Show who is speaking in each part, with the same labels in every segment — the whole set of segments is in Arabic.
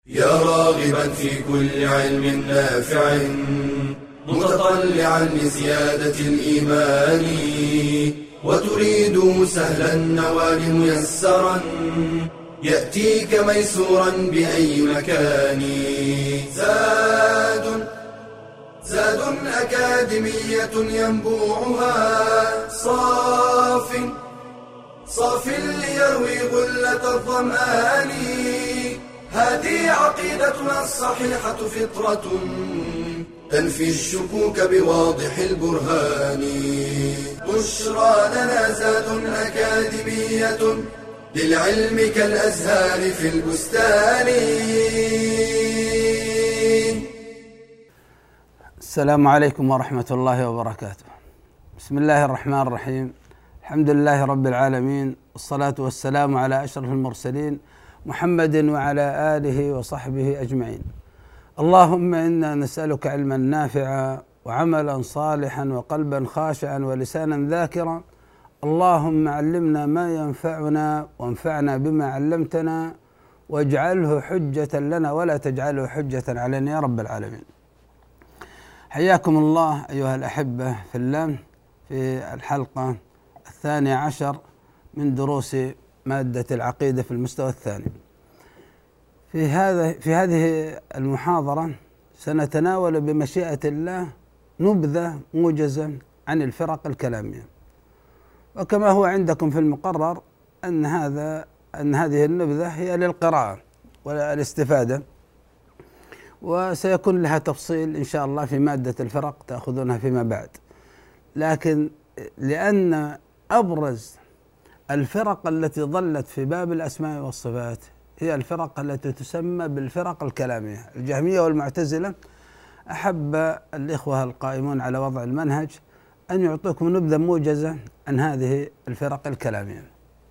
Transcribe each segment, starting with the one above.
Speaker 1: يا راغبا في كل علم نافع متطلعا لزيادة الإيمان وتريد سهلا النوال ميسرا يأتيك ميسورا بأي مكان. زاد أكاديمية ينبوعها صاف ليروي غلة الظمآن. هذه عقيدتنا الصحيحة فطرة تنفي الشكوك بواضح البرهان. بشرى لنا زاد أكاديمية للعلم كالأزهار في البستان.
Speaker 2: السلام عليكم ورحمة الله وبركاته. بسم الله الرحمن الرحيم. الحمد لله رب العالمين، والصلاة والسلام على أشرف المرسلين محمد وعلى آله وصحبه أجمعين. اللهم إنا نسألك علما نافعا وعملا صالحا وقلبا خاشعا ولسانا ذاكرا. اللهم علمنا ما ينفعنا وانفعنا بما علمتنا واجعله حجة لنا ولا تجعله حجة علينا يا رب العالمين. حياكم الله أيها الأحبة في الله في الحلقة 12 من دروس مادة العقيدة في المستوى الثاني. في هذه المحاضرة سنتناول بمشيئة الله نبذة موجزة عن الفرق الكلامية، وكما هو عندكم في المقرر أن هذه النبذة هي للقراءة والاستفادة، وسيكون لها تفصيل إن شاء الله في مادة الفرق تأخذونها فيما بعد. لكن لأن أبرز الفرق التي ظلت في باب الأسماء والصفات هي الفرق التي تسمى بالفرق الكلامية، الجهمية والمعتزلة، أحب الإخوة القائمون على وضع المنهج أن يعطوكم نبذة موجزة عن هذه الفرق الكلامية.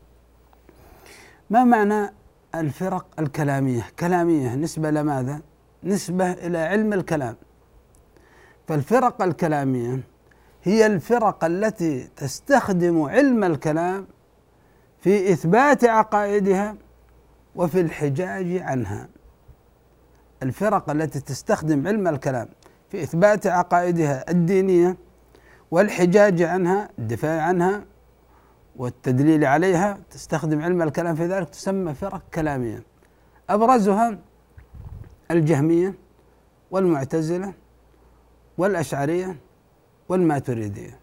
Speaker 2: ما معنى الفرق الكلامية؟ كلامية نسبة لماذا؟ نسبة إلى علم الكلام. فالفرق الكلامية هي الفرق التي تستخدم علم الكلام في إثبات عقائدها وفي الحجاج عنها. الفرق التي تستخدم علم الكلام في إثبات عقائدها الدينية والحجاج عنها، الدفاع عنها والتدليل عليها، تستخدم علم الكلام في ذلك، تسمى فرق كلامية. أبرزها الجهمية والمعتزلة والأشعرية والماتريدية.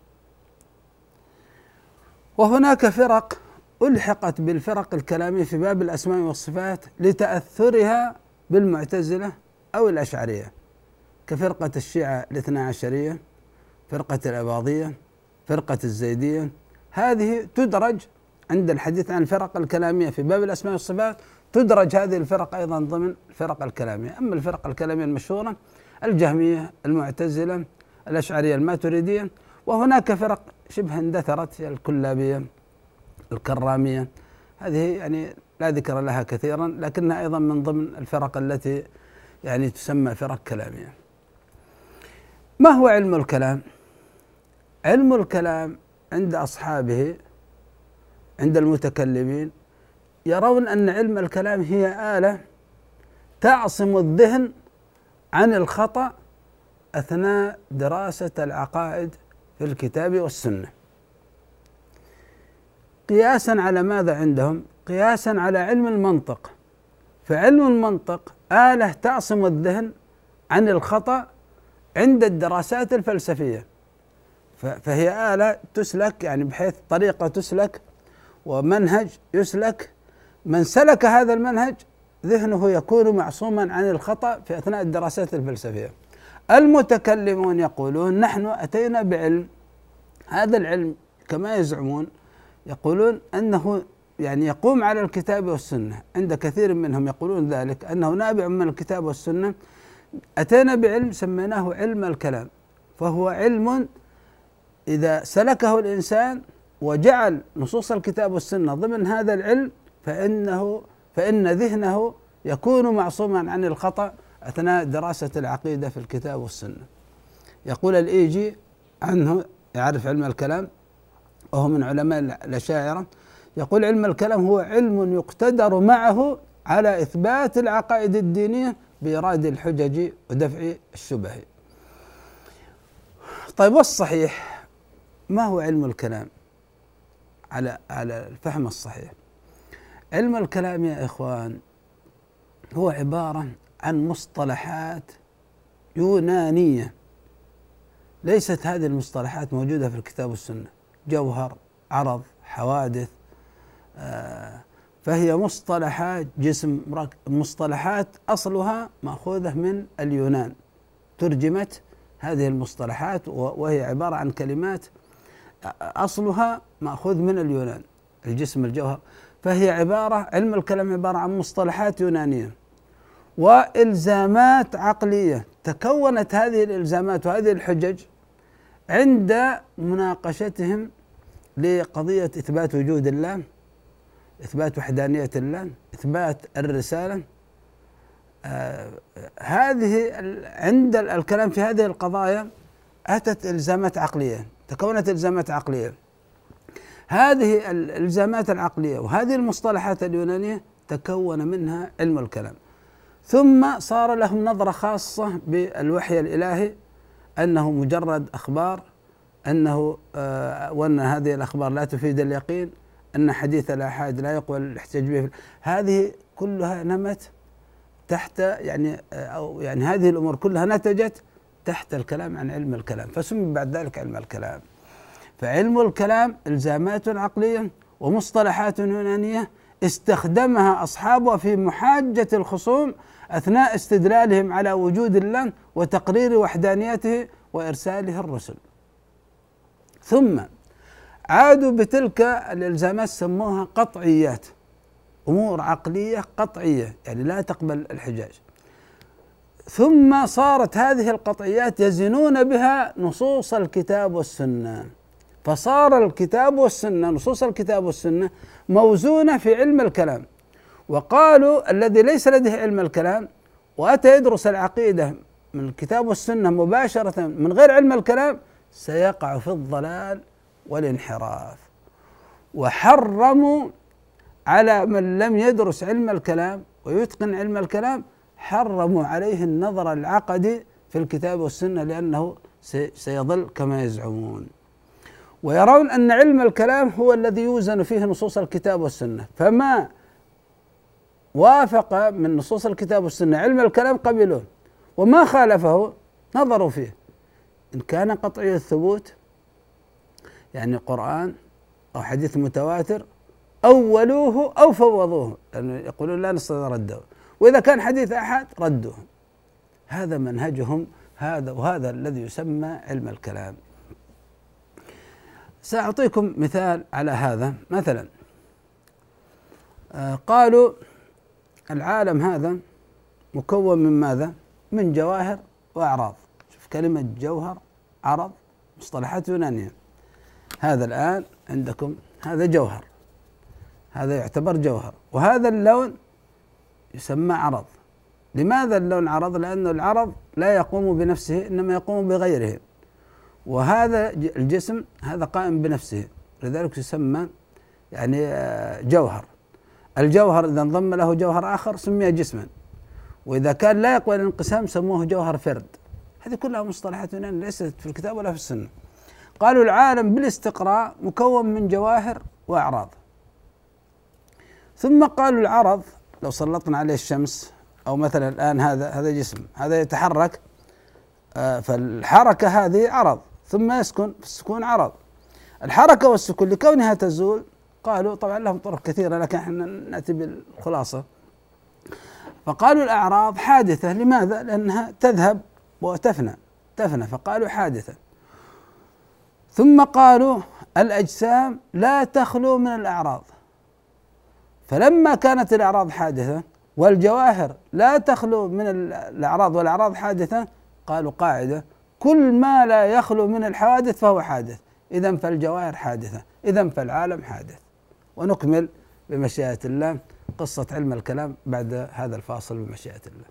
Speaker 2: وهناك فرق ألحقت بالفرق الكلامية في باب الأسماء والصفات لتأثرها بالمعتزلة أو الأشعرية، كفرقة الشيعة الاثنى عشرية، فرقة الأباضية، فرقة الزيدية. هذه تدرج عند الحديث عن الفرق الكلامية في باب الأسماء والصفات، تدرج هذه الفرق أيضا ضمن الفرق الكلامية. أما الفرق الكلامية المشهورة الجهمية، المعتزلة، الأشعرية، الماتريدية. وهناك فرق شبه اندثرت، الكلابية، الكرامية. هذه يعني لا ذكر لها كثيرا، لكنها أيضا من ضمن الفرق التي يعني تسمى فرق كلامية. ما هو علم الكلام؟ علم الكلام عند أصحابه، عند المتكلمين، يرون أن علم الكلام هي آلة تعصم الذهن عن الخطأ أثناء دراسة العقائد في الكتاب والسنة. قياسا على ماذا عندهم؟ قياسا على علم المنطق. فعلم المنطق آلة تعصم الذهن عن الخطأ عند الدراسات الفلسفية، فهي آلة تسلك، يعني بحيث طريقة تسلك ومنهج يسلك، من سلك هذا المنهج ذهنه يكون معصوما عن الخطأ في أثناء الدراسات الفلسفية. المتكلمون يقولون نحن أتينا بعلم، هذا العلم كما يزعمون يقولون أنه يعني يقوم على الكتاب والسنة. عند كثير منهم يقولون ذلك، أنه نابع من الكتاب والسنة. أتينا بعلم سميناه علم الكلام، فهو علم إذا سلكه الإنسان وجعل نصوص الكتاب والسنة ضمن هذا العلم فإن ذهنه يكون معصوما عن الخطأ أثناء دراسة العقيدة في الكتاب والسنة. يقول الإيجي عنه، يعرف علم الكلام وهو من علماء الأشاعرة، يقول علم الكلام هو علم يقتدر معه على إثبات العقائد الدينية بإيراد الحجج ودفع الشبه. طيب، والصحيح ما هو علم الكلام على الفهم الصحيح؟ علم الكلام يا إخوان هو عبارة عن مصطلحات يونانية، ليست هذه المصطلحات موجودة في الكتاب والسنة، جوهر، عرض، حوادث، فهي مصطلحات جسم، مصطلحات أصلها مأخوذة من اليونان، ترجمت هذه المصطلحات وهي عبارة عن كلمات أصلها مأخوذ من اليونان، الجسم، الجوهر، فهي علم الكلام عبارة عن مصطلحات يونانية وإلزامات عقلية. تكونت هذه الإلزامات وهذه الحجج عند مناقشتهم لقضية إثبات وجود الله، إثبات وحدانية الله، إثبات الرسالة. هذه عند الكلام في هذه القضايا أتت إلزامات عقلية، تكونت إلزامات عقلية. هذه الإلزامات العقلية وهذه المصطلحات اليونانية تكون منها علم الكلام، ثم صار لهم نظرة خاصة بالوحي الإلهي، أنه مجرد أخبار، وأن هذه الأخبار لا تفيد اليقين، أن حديث الآحاد لا يقبل الاحتجاج به. هذه كلها نمت تحت يعني هذه الأمور كلها نتجت تحت الكلام عن علم الكلام، فسمي بعد ذلك علم الكلام. فعلم الكلام إلزامات عقلية ومصطلحات يونانية استخدمها أصحابه في محاجة الخصوم أثناء استدلالهم على وجود الله وتقرير وحدانيته وإرساله الرسل. ثم عادوا بتلك الإلزامات سموها قطعيات، أمور عقلية قطعية يعني لا تقبل الحجاج. ثم صارت هذه القطعيات يزنون بها نصوص الكتاب والسنة، فصار الكتاب والسنة، نصوص الكتاب والسنة موزونة في علم الكلام. وقالوا الذي ليس لديه علم الكلام وأتى يدرس العقيدة من الكتاب والسنة مباشرة من غير علم الكلام سيقع في الضلال والانحراف. وحرموا على من لم يدرس علم الكلام ويتقن علم الكلام، حرموا عليه النظر العقدي في الكتاب والسنة لأنه سيضل كما يزعمون. ويرون أن علم الكلام هو الذي يوزن فيه نصوص الكتاب والسنة، فما وافق من نصوص الكتاب والسنة علم الكلام قبلوه، وما خالفه نظروا فيه. إن كان قطعي الثبوت يعني قرآن أو حديث متواتر أولوه أو فوضوه، لأنه يقولون لا نستطيع رده، وإذا كان حديث أحد ردوه. هذا منهجهم، وهذا الذي يسمى علم الكلام. سأعطيكم مثال على هذا. مثلا قالوا العالم هذا مكون من ماذا؟ من جواهر وأعراض. شوف كلمة جوهر، عرض، مصطلحات يونانية. هذا الآن عندكم هذا جوهر، هذا يعتبر جوهر، وهذا اللون يسمى عرض. لماذا اللون عرض؟ لأن العرض لا يقوم بنفسه إنما يقوم بغيره، وهذا الجسم هذا قائم بنفسه، لذلك يسمى يعني جوهر. الجوهر إذا انضم له جوهر آخر سمي جسما، وإذا كان لا يقبل الانقسام سموه جوهر فرد. هذه كلها مصطلحات يونانية ليست في الكتاب ولا في السنة. قالوا العالم بالاستقراء مكون من جواهر وأعراض. ثم قالوا العرض لو سلطنا عليه الشمس، أو مثلا الآن هذا جسم، هذا يتحرك، فالحركة هذه عرض، ثم يسكن، السكون عرض. الحركة والسكون لكونها تزول، قالوا طبعا لهم طرق كثيرة لكن احنا نأتي بالخلاصة. فقالوا الأعراض حادثة. لماذا؟ لأنها تذهب وتفنى، فقالوا حادثة. ثم قالوا الأجسام لا تخلو من الأعراض، فلما كانت الأعراض حادثة والجواهر لا تخلو من الأعراض والأعراض حادثة، قالوا قاعدة: كل ما لا يخلو من الحوادث فهو حادث، إذن فالجواهر حادثة، إذن فالعالم حادث. ونكمل بمشيئة الله قصة علم الكلام بعد هذا الفاصل بمشيئة الله.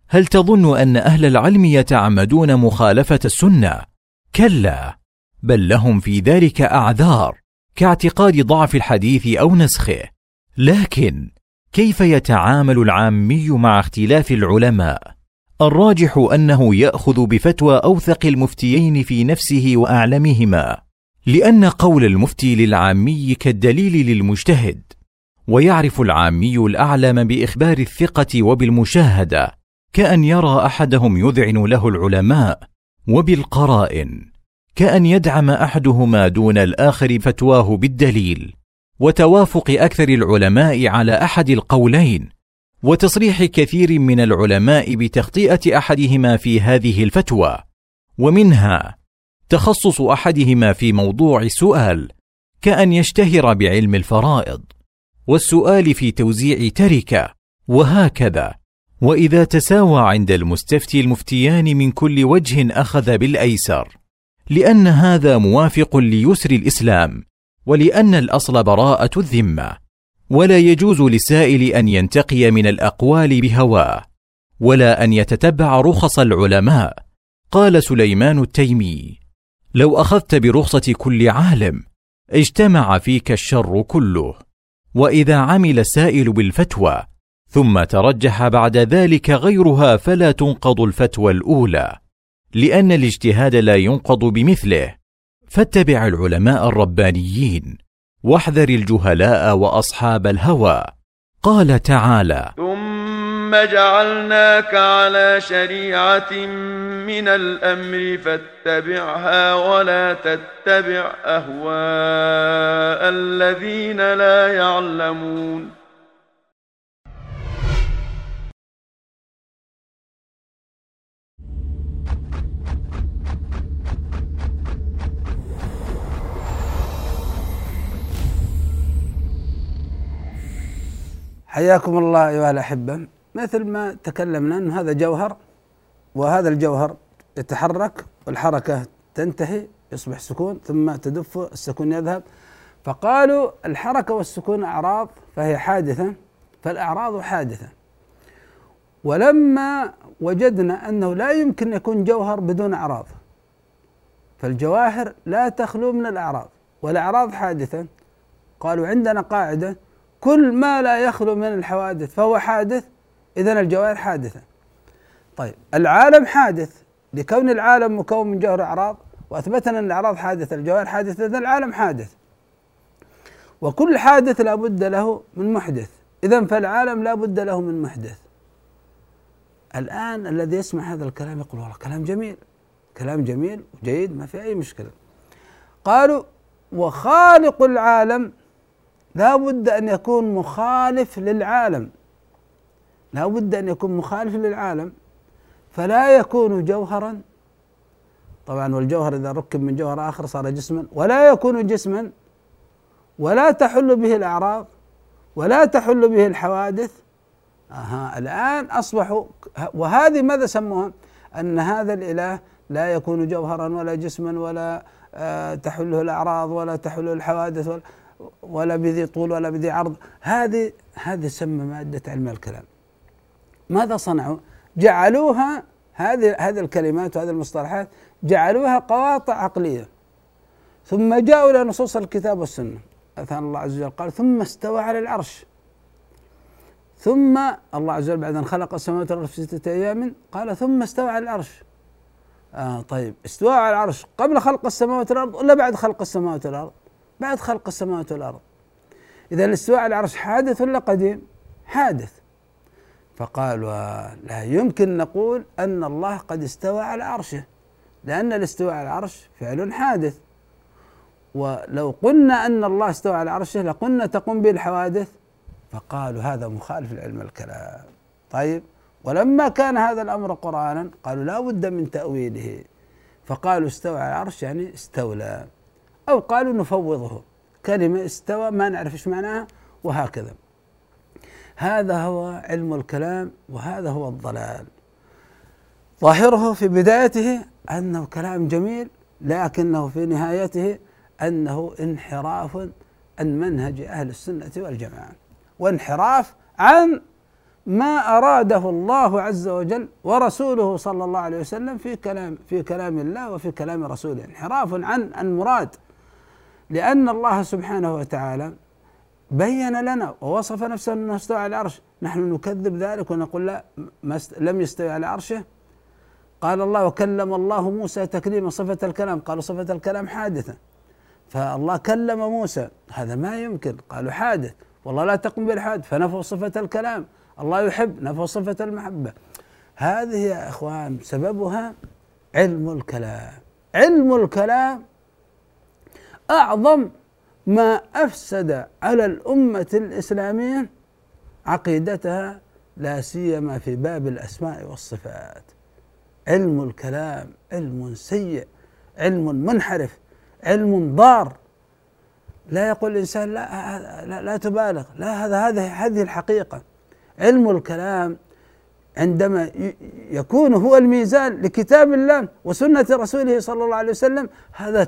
Speaker 3: هل تظن أن أهل العلم يتعمدون مخالفة السنة؟ كلا، بل لهم في ذلك أعذار كاعتقاد ضعف الحديث أو نسخه. لكن كيف يتعامل العامي مع اختلاف العلماء؟ الراجح أنه يأخذ بفتوى أوثق المفتيين في نفسه وأعلمهما، لأن قول المفتي للعامي كالدليل للمجتهد، ويعرف العامي الأعلم بإخبار الثقة وبالمشاهدة، كأن يرى أحدهم يذعن له العلماء، وبالقرائن كأن يدعم أحدهما دون الآخر فتواه بالدليل، وتوافق أكثر العلماء على أحد القولين، وتصريح كثير من العلماء بتخطئة أحدهما في هذه الفتوى، ومنها تخصص أحدهما في موضوع سؤال كأن يشتهر بعلم الفرائض، والسؤال في توزيع تركة، وهكذا. وإذا تساوى عند المستفتي المفتيان من كل وجه أخذ بالأيسر، لأن هذا موافق ليسر الإسلام، ولأن الأصل براءة الذمة، ولا يجوز للسائل أن ينتقي من الأقوال بهواه، ولا أن يتتبع رخص العلماء. قال سليمان التيمي: لو أخذت برخصة كل عالم اجتمع فيك الشر كله. وإذا عمل السائل بالفتوى ثم ترجح بعد ذلك غيرها فلا تنقض الفتوى الأولى، لأن الاجتهاد لا ينقض بمثله. فاتبع العلماء الربانيين، واحذر الجهلاء وأصحاب الهوى. قال تعالى:
Speaker 4: ثم جعلناك على شريعة من الأمر فاتبعها ولا تتبع أهواء الذين لا يعلمون.
Speaker 2: حياكم الله أيها الأحبة. مثل ما تكلمنا أن هذا جوهر، وهذا الجوهر يتحرك والحركة تنتهي يصبح سكون، ثم تدف السكون يذهب. فقالوا الحركة والسكون أعراض فهي حادثة، فالأعراض حادثة. ولما وجدنا أنه لا يمكن يكون جوهر بدون أعراض، فالجواهر لا تخلو من الأعراض، والأعراض حادثة، قالوا عندنا قاعدة: كل ما لا يخلو من الحوادث فهو حادث، إذن الجواهر حادثة. طيب العالم حادث لكون العالم مكون من جوهر أعراض، وأثبتنا أن الأعراض حادثة الجواهر حادثة، إذن العالم حادث، وكل حادث لا بد له من محدث، إذن فالعالم لا بد له من محدث. الآن الذي يسمع هذا الكلام يقول والله كلام جميل، كلام جميل وجيد ما في أي مشكلة. قالوا وخالق العالم لا بد أن يكون مخالف للعالم، لا بد أن يكون مخالف للعالم، فلا يكون جوهرا. طبعا والجوهر إذا ركب من جوهر آخر صار جسما، ولا يكون جسما، ولا تحل به الأعراض، ولا تحل به الحوادث. الآن أصبحوا، وهذه ماذا سموها؟ أن هذا الإله لا يكون جوهرا ولا جسما ولا تحله الأعراض ولا تحله الحوادث ولا بذي طول ولا بذي عرض. هذه سمى مادة علم الكلام. ماذا صنعوا؟ جعلوها هذه الكلمات وهذه المصطلحات جعلوها قواطع عقلية، ثم جاءوا إلى نصوص الكتاب والسنة. مثلا الله عز وجل قال: ثم استوى على العرش. ثم الله عز وجل بعد أن خلق السماوات والأرض في 6 أيام قال: ثم استوى على العرش. طيب استواء على العرش قبل خلق السماوات والأرض ولا بعد خلق السماوات والأرض؟ بعد خلق السماوات والأرض. إذا الاستواء على العرش حادث ولا قديم؟ حادث. فقالوا لا يمكن نقول أن الله قد استوى على عرشه، لأن الاستواء على العرش فعل حادث، ولو قلنا أن الله استوى على عرشه لقلنا تقوم به الحوادث. فقالوا هذا مخالف لعلم الكلام. طيب ولما كان هذا الأمر قرآنا قالوا لا بد من تأويله، فقالوا استوى على العرش يعني استولى، أو قالوا نفوضه، كلمة استوى ما نعرف إيش معناها، وهكذا. هذا هو علم الكلام، وهذا هو الضلال. ظاهره في بدايته أنه كلام جميل، لكنه في نهايته أنه انحراف عن منهج أهل السنة والجماعة، وانحراف عن ما أراده الله عز وجل ورسوله صلى الله عليه وسلم في كلام الله وفي كلام رسوله، انحراف عن المراد، لأن الله سبحانه وتعالى بين لنا ووصف نفسه أنه استوى على العرش، نحن نكذب ذلك ونقول لا، لم يستوي على عرشه. قال الله وكلم الله موسى تكليما، صفة الكلام قالوا صفة الكلام حادثة، فالله كلم موسى، هذا ما يمكن، قالوا حادث، والله لا تقم بالحادث، فنفوا صفة الكلام. الله يحب، نفوا صفة المحبة. هذه يا إخوان سببها علم الكلام. علم الكلام أعظم ما أفسد على الأمة الإسلامية عقيدتها، لا سيما في باب الأسماء والصفات. علم الكلام علم سيء، علم منحرف، علم ضار. لا يقول الإنسان لا تبالغ، لا، هذه الحقيقة. علم الكلام عندما يكون هو الميزان لكتاب الله وسنة رسوله صلى الله عليه وسلم، هذا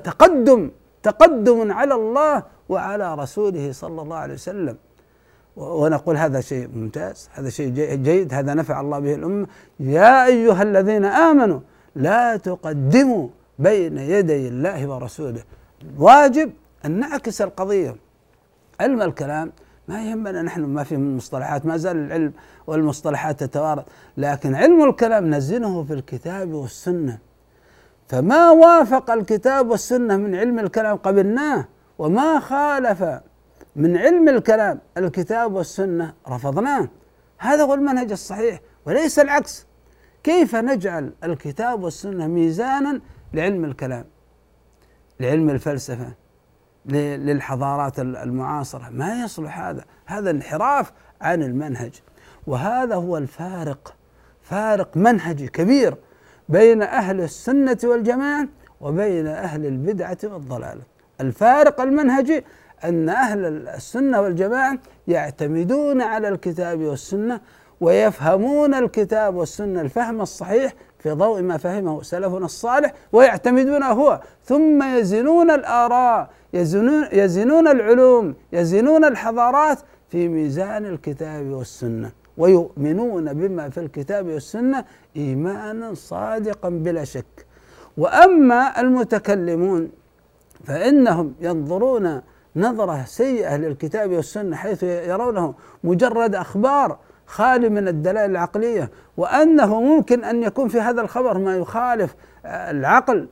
Speaker 2: تقدم على الله وعلى رسوله صلى الله عليه وسلم، ونقول هذا شيء ممتاز، هذا شيء جيد، هذا نفع الله به الأمة. يا أيها الذين آمنوا لا تقدموا بين يدي الله ورسوله. واجب أن نعكس القضية. علم الكلام ما يهمنا نحن ما في من مصطلحات، ما زال العلم والمصطلحات تتوارد، لكن علم الكلام نزنه في الكتاب والسنة، فما وافق الكتاب والسنة من علم الكلام قبلناه، وما خالف من علم الكلام الكتاب والسنة رفضناه. هذا هو المنهج الصحيح وليس العكس. كيف نجعل الكتاب والسنة ميزانا لعلم الكلام، لعلم الفلسفة، للحضارات المعاصرة؟ ما يصلح هذا انحراف عن المنهج. وهذا هو الفارق، فارق منهجي كبير بين أهل السنة والجماعة وبين أهل البدعة والضلالة. الفارق المنهجي أن أهل السنة والجماعة يعتمدون على الكتاب والسنة ويفهمون الكتاب والسنة الفهم الصحيح في ضوء ما فهمه سلفنا الصالح ويعتمدونه هو، ثم يزنون الآراء، يزنون العلوم، يزنون الحضارات في ميزان الكتاب والسنة، ويؤمنون بما في الكتاب والسنة إيمانا صادقا بلا شك. وأما المتكلمون فإنهم ينظرون نظرة سيئة للكتاب والسنة، حيث يرونه مجرد أخبار خالي من الدلائل العقلية، وأنه ممكن أن يكون في هذا الخبر ما يخالف العقل،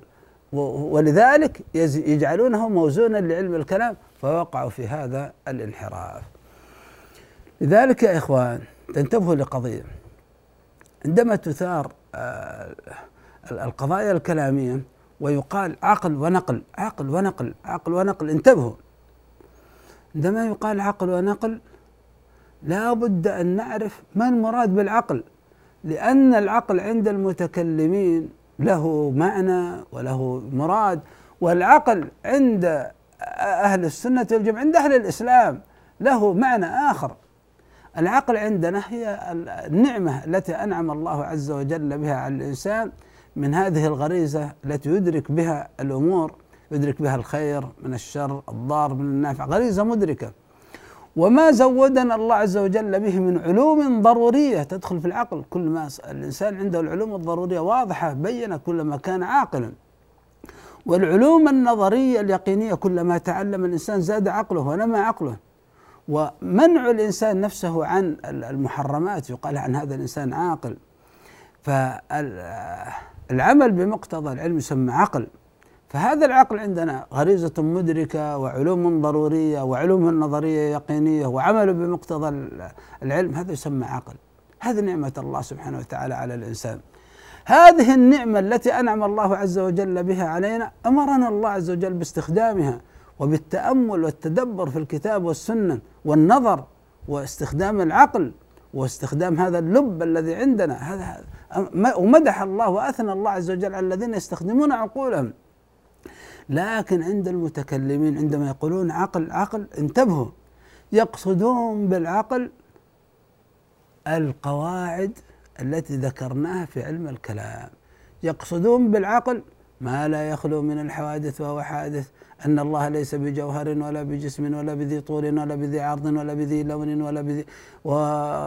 Speaker 2: ولذلك يجعلونه موزونا لعلم الكلام، فوقعوا في هذا الانحراف. لذلك يا إخوان تنتبهوا لقضية، عندما تثار القضايا الكلامية ويقال عقل ونقل، عقل ونقل، عقل ونقل، انتبهوا، عندما يقال عقل ونقل لا بد أن نعرف ما المراد بالعقل، لأن العقل عند المتكلمين له معنى وله مراد، والعقل عند أهل السنة والجماعة، عند أهل الإسلام له معنى آخر. العقل عندنا هي النعمة التي أنعم الله عز وجل بها على الإنسان من هذه الغريزة التي يدرك بها الأمور، يدرك بها الخير من الشر، الضار من النافع، غريزة مدركة. وما زودنا الله عز وجل به من علوم ضرورية تدخل في العقل، كل ما الإنسان عنده العلوم الضرورية واضحة بينة كلما كان عاقلا، والعلوم النظرية اليقينية كلما تعلم الإنسان زاد عقله ونمى عقله. ومنع الإنسان نفسه عن المحرمات يقال عن هذا الإنسان عاقل، فالعمل بمقتضى العلم يسمى عقل. فهذا العقل عندنا غريزة مدركة وعلوم ضرورية وعلوم نظرية يقينية وعمل بمقتضى العلم، هذا يسمى عقل. هذه نعمة الله سبحانه وتعالى على الإنسان. هذه النعمة التي أنعم الله عز وجل بها علينا أمرنا الله عز وجل باستخدامها وبالتأمل والتدبر في الكتاب والسنة والنظر واستخدام العقل واستخدام هذا اللب الذي عندنا. هذا ومدح الله وأثنى الله عز وجل على الذين يستخدمون عقولهم. لكن عند المتكلمين عندما يقولون عقل عقل، انتبهوا، يقصدون بالعقل القواعد التي ذكرناها في علم الكلام، يقصدون بالعقل ما لا يخلو من الحوادث وهو حادث، أن الله ليس بجوهر ولا بجسم ولا بذي طول ولا بذي عرض ولا بذي لون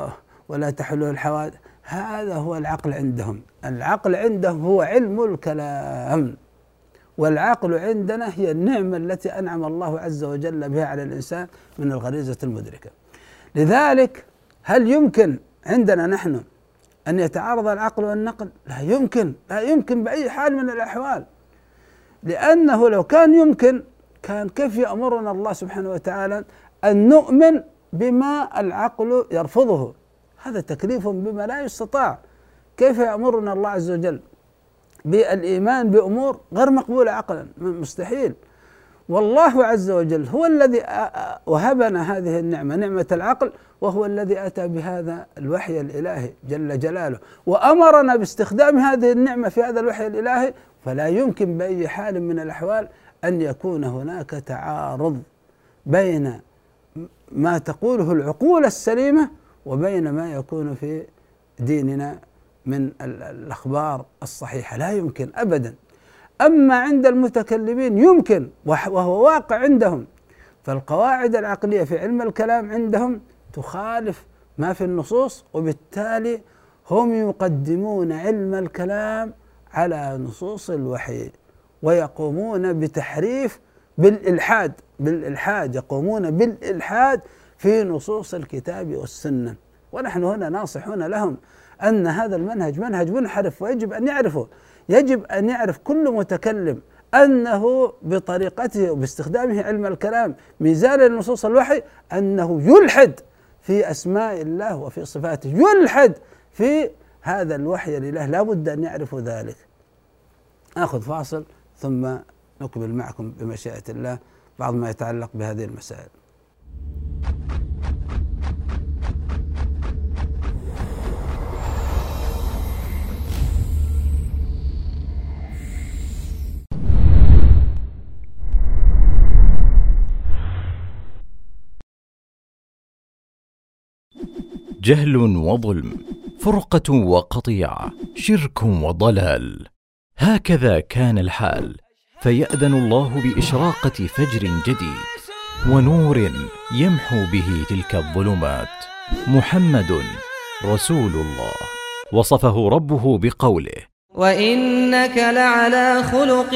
Speaker 2: ولا تحله الحوادث. هذا هو العقل عندهم. العقل عندهم هو علم الكلام، والعقل عندنا هي النعمة التي أنعم الله عز وجل بها على الإنسان من الغريزة المدركة. لذلك هل يمكن عندنا نحن أن يتعارض العقل والنقل؟ لا يمكن، لا يمكن بأي حال من الأحوال، لأنه لو كان يمكن كان كيف يأمرنا الله سبحانه وتعالى أن نؤمن بما العقل يرفضه؟ هذا تكليف بما لا يستطاع. كيف يأمرنا الله عز وجل بالإيمان بأمور غير مقبولة عقلا؟ مستحيل. والله عز وجل هو الذي وهبنا هذه النعمة، نعمة العقل، وهو الذي أتى بهذا الوحي الإلهي جل جلاله، وأمرنا باستخدام هذه النعمة في هذا الوحي الإلهي. فلا يمكن بأي حال من الأحوال أن يكون هناك تعارض بين ما تقوله العقول السليمة وبين ما يكون في ديننا من الأخبار الصحيحة. لا يمكن أبدا. أما عند المتكلمين يمكن، وهو واقع عندهم. فالقواعد العقلية في علم الكلام عندهم تخالف ما في النصوص، وبالتالي هم يقدمون علم الكلام على نصوص الوحي، ويقومون بتحريف بالإلحاد يقومون بالإلحاد في نصوص الكتاب والسنة. ونحن هنا ناصحون لهم أن هذا المنهج منهج منحرف، ويجب أن يعرفه. يجب أن يعرف كل متكلم أنه بطريقته وباستخدامه علم الكلام ميزان لنصوص الوحي أنه يلحد في أسماء الله وفي صفاته، يلحد في هذا الوحي لله. لا بد أن يعرفوا ذلك. آخذ فاصل ثم نكمل معكم بمشيئة الله بعض ما يتعلق بهذه المسائل.
Speaker 3: جهل وظلم، فرقة وقطيعة، شرك وضلال، هكذا كان الحال. فيأذن الله بإشراقة فجر جديد ونور يمحو به تلك الظلمات. محمد رسول الله، وصفه ربه بقوله:
Speaker 5: وإنك لعلى خلق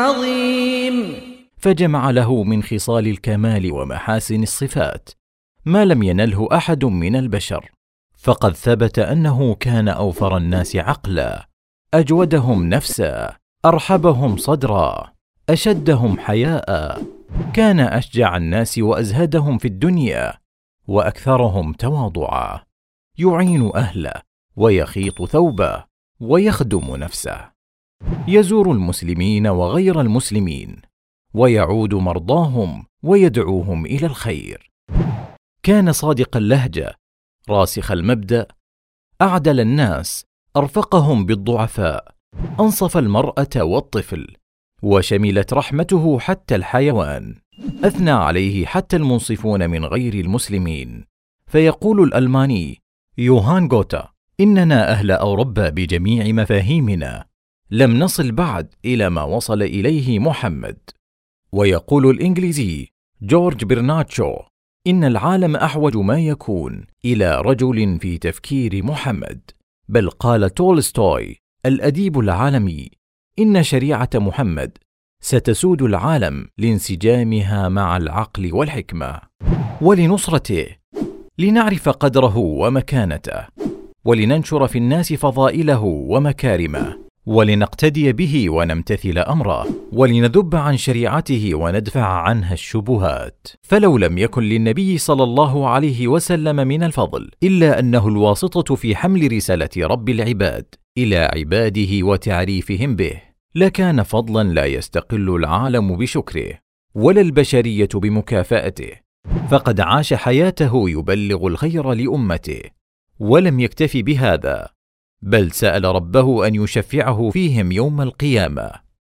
Speaker 5: عظيم.
Speaker 3: فجمع له من خصال الكمال ومحاسن الصفات ما لم ينله أحد من البشر. فقد ثبت أنه كان أوفر الناس عقلا، أجودهم نفسا، أرحبهم صدرا، أشدهم حياء، كان أشجع الناس وأزهدهم في الدنيا، وأكثرهم تواضعا، يعين أهله ويخيط ثوبه ويخدم نفسه، يزور المسلمين وغير المسلمين، ويعود مرضاهم ويدعوهم إلى الخير. كان صادق اللهجة، راسخ المبدأ، أعدل الناس، أرفقهم بالضعفاء، أنصف المرأة والطفل، وشملت رحمته حتى الحيوان. أثنى عليه حتى المنصفون من غير المسلمين. فيقول الألماني يوهان غوتا: إننا أهل أوروبا بجميع مفاهيمنا لم نصل بعد إلى ما وصل إليه محمد. ويقول الإنجليزي جورج برنارد شو: إن العالم أحوج ما يكون إلى رجل في تفكير محمد. بل قال تولستوي الأديب العالمي: إن شريعة محمد ستسود العالم لانسجامها مع العقل والحكمة. ولنصرته، لنعرف قدره ومكانته، ولننشر في الناس فضائله ومكارمه، ولنقتدي به ونمتثل أمره، ولنذب عن شريعته وندفع عنها الشبهات. فلو لم يكن للنبي صلى الله عليه وسلم من الفضل إلا أنه الواسطة في حمل رسالة رب العباد إلى عباده وتعريفهم به، لكان فضلا لا يستقل العالم بشكره ولا البشرية بمكافأته. فقد عاش حياته يبلغ الخير لأمته، ولم يكتف بهذا، بل سأل ربه أن يشفعه فيهم يوم القيامة.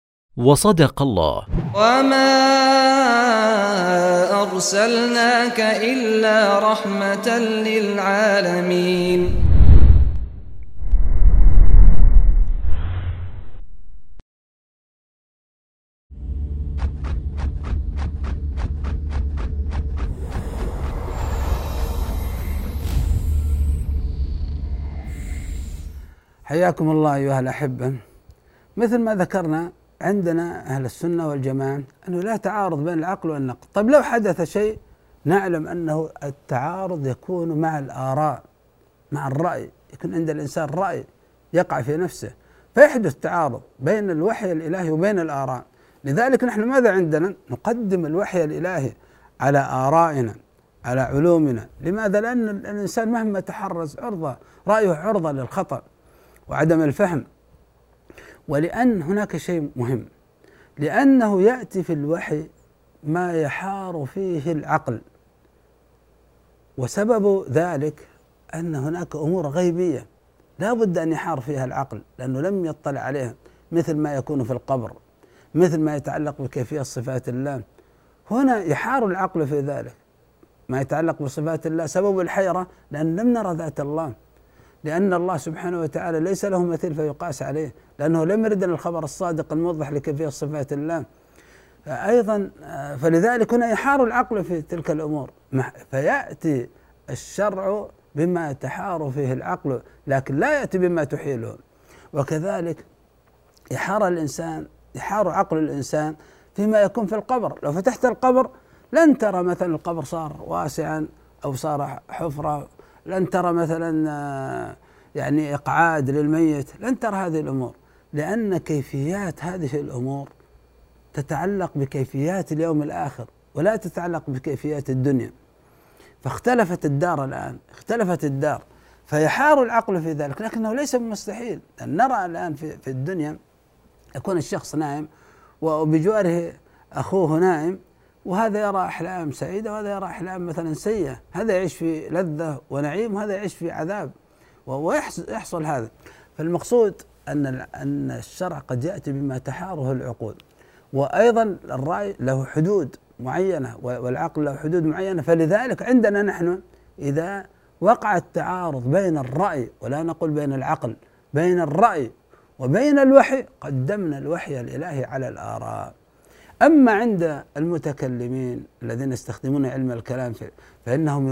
Speaker 3: وصدق الله:
Speaker 5: وما أرسلناك إلا رحمة للعالمين.
Speaker 2: حياكم الله أيها الأحبة. مثل ما ذكرنا عندنا أهل السنة والجماعة أنه لا تعارض بين العقل والنقل. طيب لو حدث شيء نعلم أنه التعارض يكون مع الآراء، مع الرأي، يكون عند الإنسان رأي يقع في نفسه فيحدث تعارض بين الوحي الإلهي وبين الآراء. لذلك نحن ماذا عندنا؟ نقدم الوحي الإلهي على آرائنا، على علومنا. لماذا؟ لأن الإنسان مهما تحرز رأيه عرضة للخطأ وعدم الفهم. ولأن هناك شيء مهم، لأنه يأتي في الوحي ما يحار فيه العقل، وسبب ذلك أن هناك أمور غيبية لا بد أن يحار فيها العقل لأنه لم يطلع عليها، مثل ما يكون في القبر، مثل ما يتعلق بكيفية صفات الله. هنا يحار العقل في ذلك ما يتعلق بصفات الله. سبب الحيرة لأن لم نرى ذات الله، لأن الله سبحانه وتعالى ليس له مثيل فيقاس عليه، لأنه لم يردنا الخبر الصادق الموضح لكيفية صفات الله. أيضا فلذلك هنا يحار العقل في تلك الأمور، فيأتي الشرع بما يتحار فيه العقل لكن لا يأتي بما تحيله. وكذلك يحار عقل الإنسان فيما يكون في القبر. لو فتحت القبر لن ترى مثلا القبر صار واسعا أو صار حفرة، لن ترى مثلا يعني إقعاد للميت، لن ترى هذه الأمور، لأن كيفيات هذه الأمور تتعلق بكيفيات اليوم الآخر ولا تتعلق بكيفيات الدنيا. فاختلفت الدار الآن، اختلفت الدار، فيحار العقل في ذلك. لكنه ليس بمستحيل أن نرى الآن في الدنيا يكون الشخص نائم وبجواره أخوه نائم، وهذا يرى أحلام سعيدة وهذا يرى أحلام مثلا سيئة، هذا يعيش في لذة ونعيم وهذا يعيش في عذاب، ويحصل هذا. فالمقصود أن الشرع قد يأتي بما تحاره العقول، وأيضا الرأي له حدود معينة والعقل له حدود معينة. فلذلك عندنا نحن إذا وقع التعارض بين الرأي، ولا نقول بين العقل، بين الرأي وبين الوحي، قدمنا الوحي الإلهي على الآراء. أما عند المتكلمين الذين يستخدمون علم الكلام فإنهم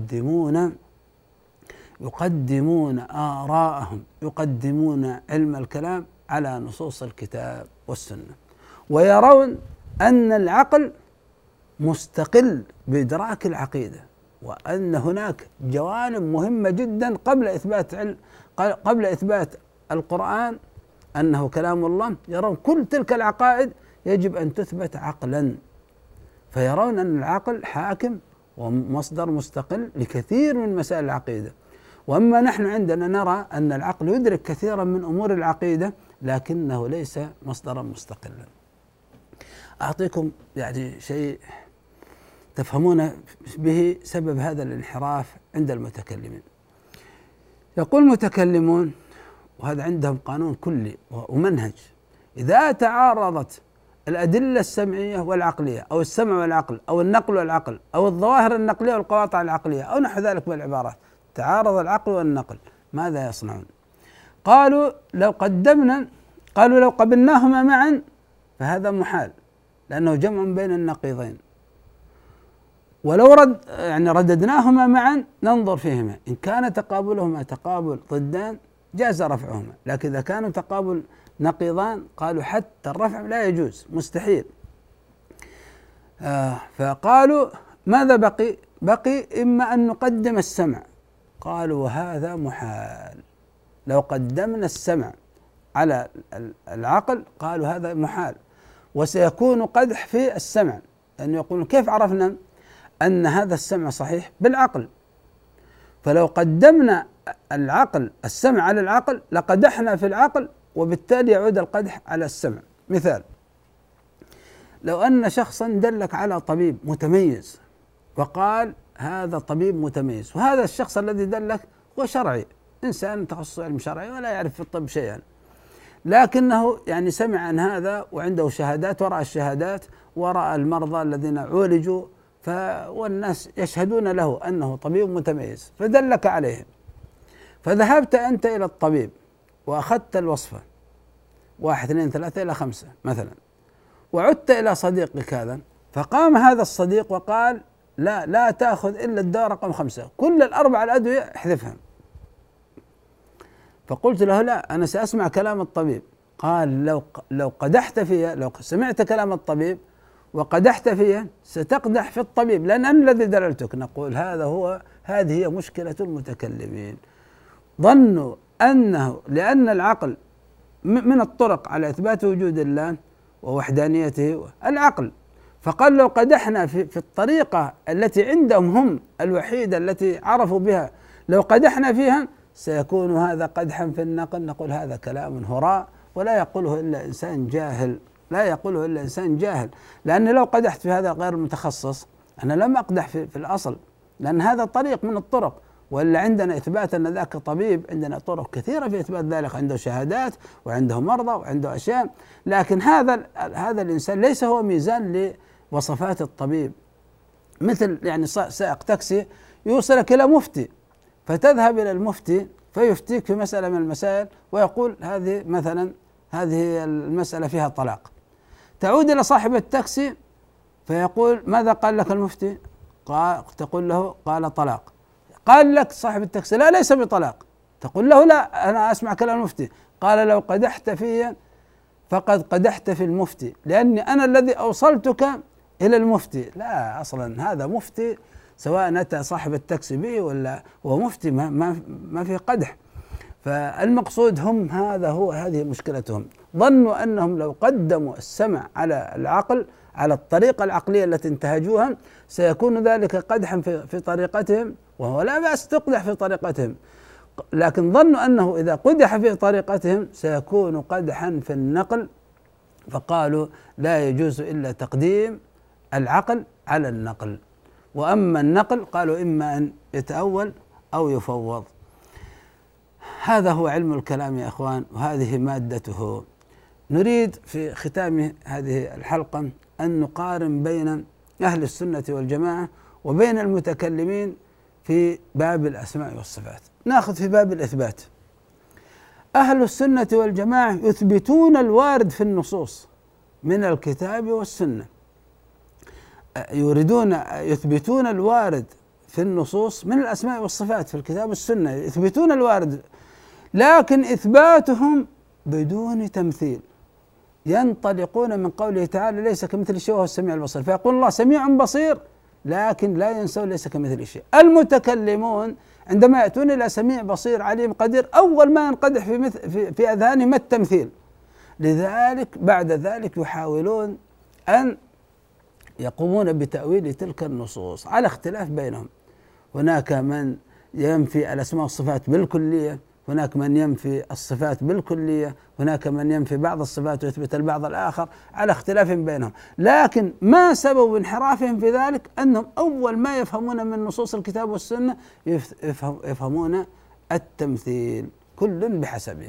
Speaker 2: يقدمون آراءهم، يقدمون علم الكلام على نصوص الكتاب والسنة، ويرون أن العقل مستقل بإدراك العقيدة، وأن هناك جوانب مهمة جدا قبل إثبات القرآن أنه كلام الله. يرون كل تلك العقائد يجب أن تثبت عقلا، فيرون أن العقل حاكم ومصدر مستقل لكثير من مسائل العقيدة. وأما نحن عندنا نرى أن العقل يدرك كثيرا من أمور العقيدة لكنه ليس مصدرا مستقلا. أعطيكم يعني شيء تفهمون به سبب هذا الانحراف عند المتكلمين. يقول المتكلمون، وهذا عندهم قانون كلي ومنهج، إذا تعارضت الأدلة السمعية والعقلية أو السمع والعقل أو النقل والعقل أو الظواهر النقلية والقواطع العقلية أو نحو ذلك من العبارات، تعارض العقل والنقل، ماذا يصنعون؟ قالوا لو قبلناهما معا فهذا محال لأنه جمع بين النقيضين، ولو رددناهما معا ننظر فيهما، إن كان تقابلهما تقابل ضدان جاز رفعهما، لكن إذا كانوا تقابل نقيضان قالوا حتى الرفع لا يجوز، مستحيل. فقالوا ماذا بقي إما أن نقدم السمع، قالوا وهذا محال. لو قدمنا السمع على العقل قالوا هذا محال، وسيكون قدح في السمع، لأنه يقولون كيف عرفنا أن هذا السمع صحيح؟ بالعقل. فلو قدمنا السمع على العقل لقدحنا في العقل، وبالتالي يعود القدح على السمع. مثال، لو أن شخصا دلك على طبيب متميز وقال هذا طبيب متميز، وهذا الشخص الذي دلك هو شرعي، إنسان تخصص علم شرعي ولا يعرف في الطب شيئا، لكنه يعني سمع عن هذا وعنده شهادات، ورأى الشهادات ورأى المرضى الذين عولجوا، والناس يشهدون له أنه طبيب متميز، فدلك عليهم. فذهبت أنت إلى الطبيب وأخذت الوصفة 1 2 3 إلى 5 مثلا، وعدت إلى صديقك هذا، فقام هذا الصديق وقال لا تأخذ إلا الدواء رقم 5، كل ال4 الأدوية احذفها. فقلت له لا، أنا سأسمع كلام الطبيب. قال لو قدحت فيها، لو سمعت كلام الطبيب وقدحت فيها ستقدح في الطبيب، لأن أنا الذي دللتك. نقول هذه هي مشكلة المتكلمين. ظنوا أنه لأن العقل من الطرق على إثبات وجود الله ووحدانيته العقل، فقال لو قدحنا في الطريقة التي عندهم هم الوحيدة التي عرفوا بها، لو قدحنا فيها سيكون هذا قدحا في النقل. نقول هذا كلام هراء ولا يقوله إلا إنسان جاهل، لا يقوله إلا إنسان جاهل. لأن لو قدحت في هذا غير المتخصص، أنا لم أقدح في الأصل، لأن هذا طريق من الطرق، وإلا عندنا إثبات أن ذاك طبيب، عندنا طرق كثيرة في إثبات ذلك، عنده شهادات وعنده مرضى وعنده أشياء. لكن هذا الإنسان ليس هو ميزان لوصفات الطبيب. مثل يعني سائق تاكسي يوصلك إلى مفتي، فتذهب إلى المفتي فيفتيك في مسألة من المسائل ويقول هذه مثلا هذه المسألة فيها طلاق. تعود إلى صاحب التاكسي فيقول ماذا قال لك المفتي؟ تقول له قال طلاق. قال لك صاحب التاكسي لا، ليس بطلاق. تقول له لا، أنا أسمع كلام المفتي. قال لو قدحت في فقد قدحت في المفتي، لأني أنا الذي أوصلتك إلى المفتي. لا، أصلا هذا مفتي، سواء أتى صاحب التاكسي به ولا هو مفتي، ما في قدح. فالمقصود هذه مشكلتهم. ظنوا أنهم لو قدموا السمع على العقل، على الطريقة العقلية التي انتهجوها، سيكون ذلك قدحا في طريقتهم، وهو لا بأس تقدح في طريقتهم، لكن ظنوا أنه إذا قدح في طريقتهم سيكون قدحا في النقل، فقالوا لا يجوز إلا تقديم العقل على النقل. وأما النقل قالوا إما أن يتأول أو يفوض. هذا هو علم الكلام يا أخوان، وهذه مادته. نريد في ختام هذه الحلقة أن نقارن بين أهل السنة والجماعة وبين المتكلمين في باب الأسماء والصفات. نأخذ في باب الإثبات. أهل السنة والجماعة يثبتون الوارد في النصوص من الكتاب والسنة، يثبتون الوارد في النصوص من الأسماء والصفات في الكتاب والسنة، يثبتون الوارد، لكن إثباتهم بدون تمثيل. ينطلقون من قوله تعالى ليس كمثل شيء وهو السميع البصير، فيقول الله سميع بصير، لكن لا ينسون ليس كمثل شيء. المتكلمون عندما يأتون إلى سميع بصير عليم قدير، أول ما ينقدح في أذهانهم التمثيل. لذلك بعد ذلك يحاولون أن يقومون بتأويل تلك النصوص على اختلاف بينهم. هناك من ينفي الأسماء والصفات بالكلية، هناك من ينفي الصفات بالكلية، هناك من ينفي بعض الصفات ويثبت البعض الآخر، على اختلاف بينهم. لكن ما سبب انحرافهم في ذلك؟ أنهم أول ما يفهمون من نصوص الكتاب والسنة يفهمون التمثيل، كل بحسبه.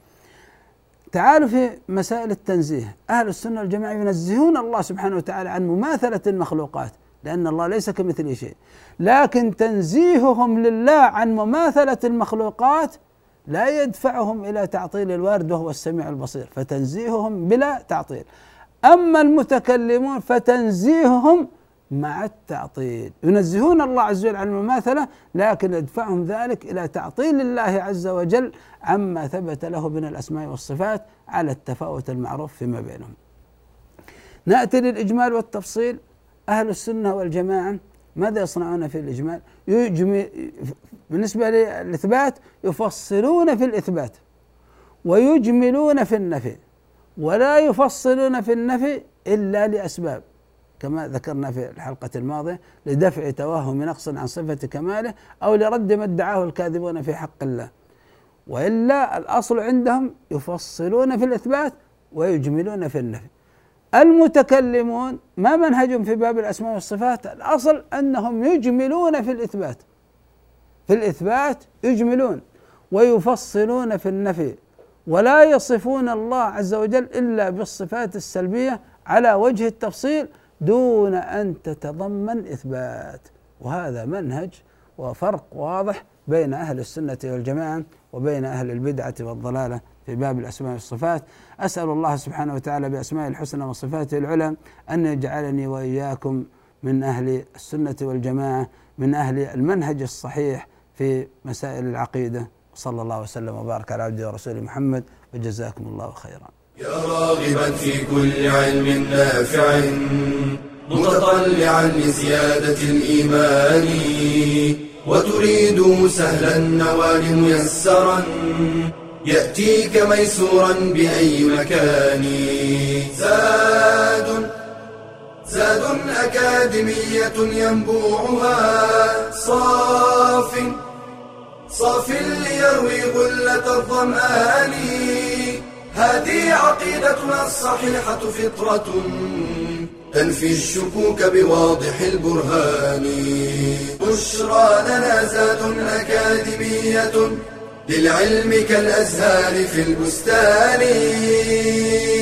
Speaker 2: تعالوا في مسائل التنزيه. أهل السنة والجماعة ينزهون الله سبحانه وتعالى عن مماثلة المخلوقات، لأن الله ليس كمثله شيء. لكن تنزيههم لله عن مماثلة المخلوقات لا يدفعهم إلى تعطيل الوارد وهو السميع البصير، فتنزيههم بلا تعطيل. أما المتكلمون فتنزيههم مع التعطيل، ينزهون الله عز وجل عن المماثلة، لكن يدفعهم ذلك إلى تعطيل الله عز وجل عما ثبت له من الأسماء والصفات على التفاوت المعروف فيما بينهم. نأتي للإجمال والتفصيل. أهل السنة والجماعة ماذا يصنعون في الإجمال؟ بالنسبة للإثبات يفصلون في الإثبات ويجملون في النفي، ولا يفصلون في النفي إلا لأسباب، كما ذكرنا في الحلقة الماضية، لدفع توهم نقص عن صفة كماله أو لرد ما ادعاه الكاذبون في حق الله. وإلا الأصل عندهم يفصلون في الإثبات ويجملون في النفي. المتكلمون ما منهجهم في باب الأسماء والصفات؟ الأصل أنهم يجملون في الإثبات، في الإثبات يجملون ويفصلون في النفي، ولا يصفون الله عز وجل إلا بالصفات السلبية على وجه التفصيل دون أن تتضمن إثبات. وهذا منهج وفرق واضح بين أهل السنة والجماعة وبين أهل البدعة والضلالة في باب الأسماء والصفات. أسأل الله سبحانه وتعالى بأسماء الحسنى وصفاته العلى أن يجعلني وإياكم من أهل السنة والجماعة، من أهل المنهج الصحيح في مسائل العقيدة. صلى الله وسلم وبارك على عبده ورسوله محمد، وجزاكم الله خيرا.
Speaker 1: يا راغبا في كل علم نافع متطلعا لزيادة الإيمان وتريد سهلا النوال ميسرا يأتيك ميسورا بأي مكان. زاد أكاديمية ينبوعها صاف ليروي غلة الظمآن. هذه عقيدتنا الصحيحة فطرة تنفي الشكوك بواضح البرهان. بشرى لنا زاد أكاديمية للعلم كالأزهار في البستان.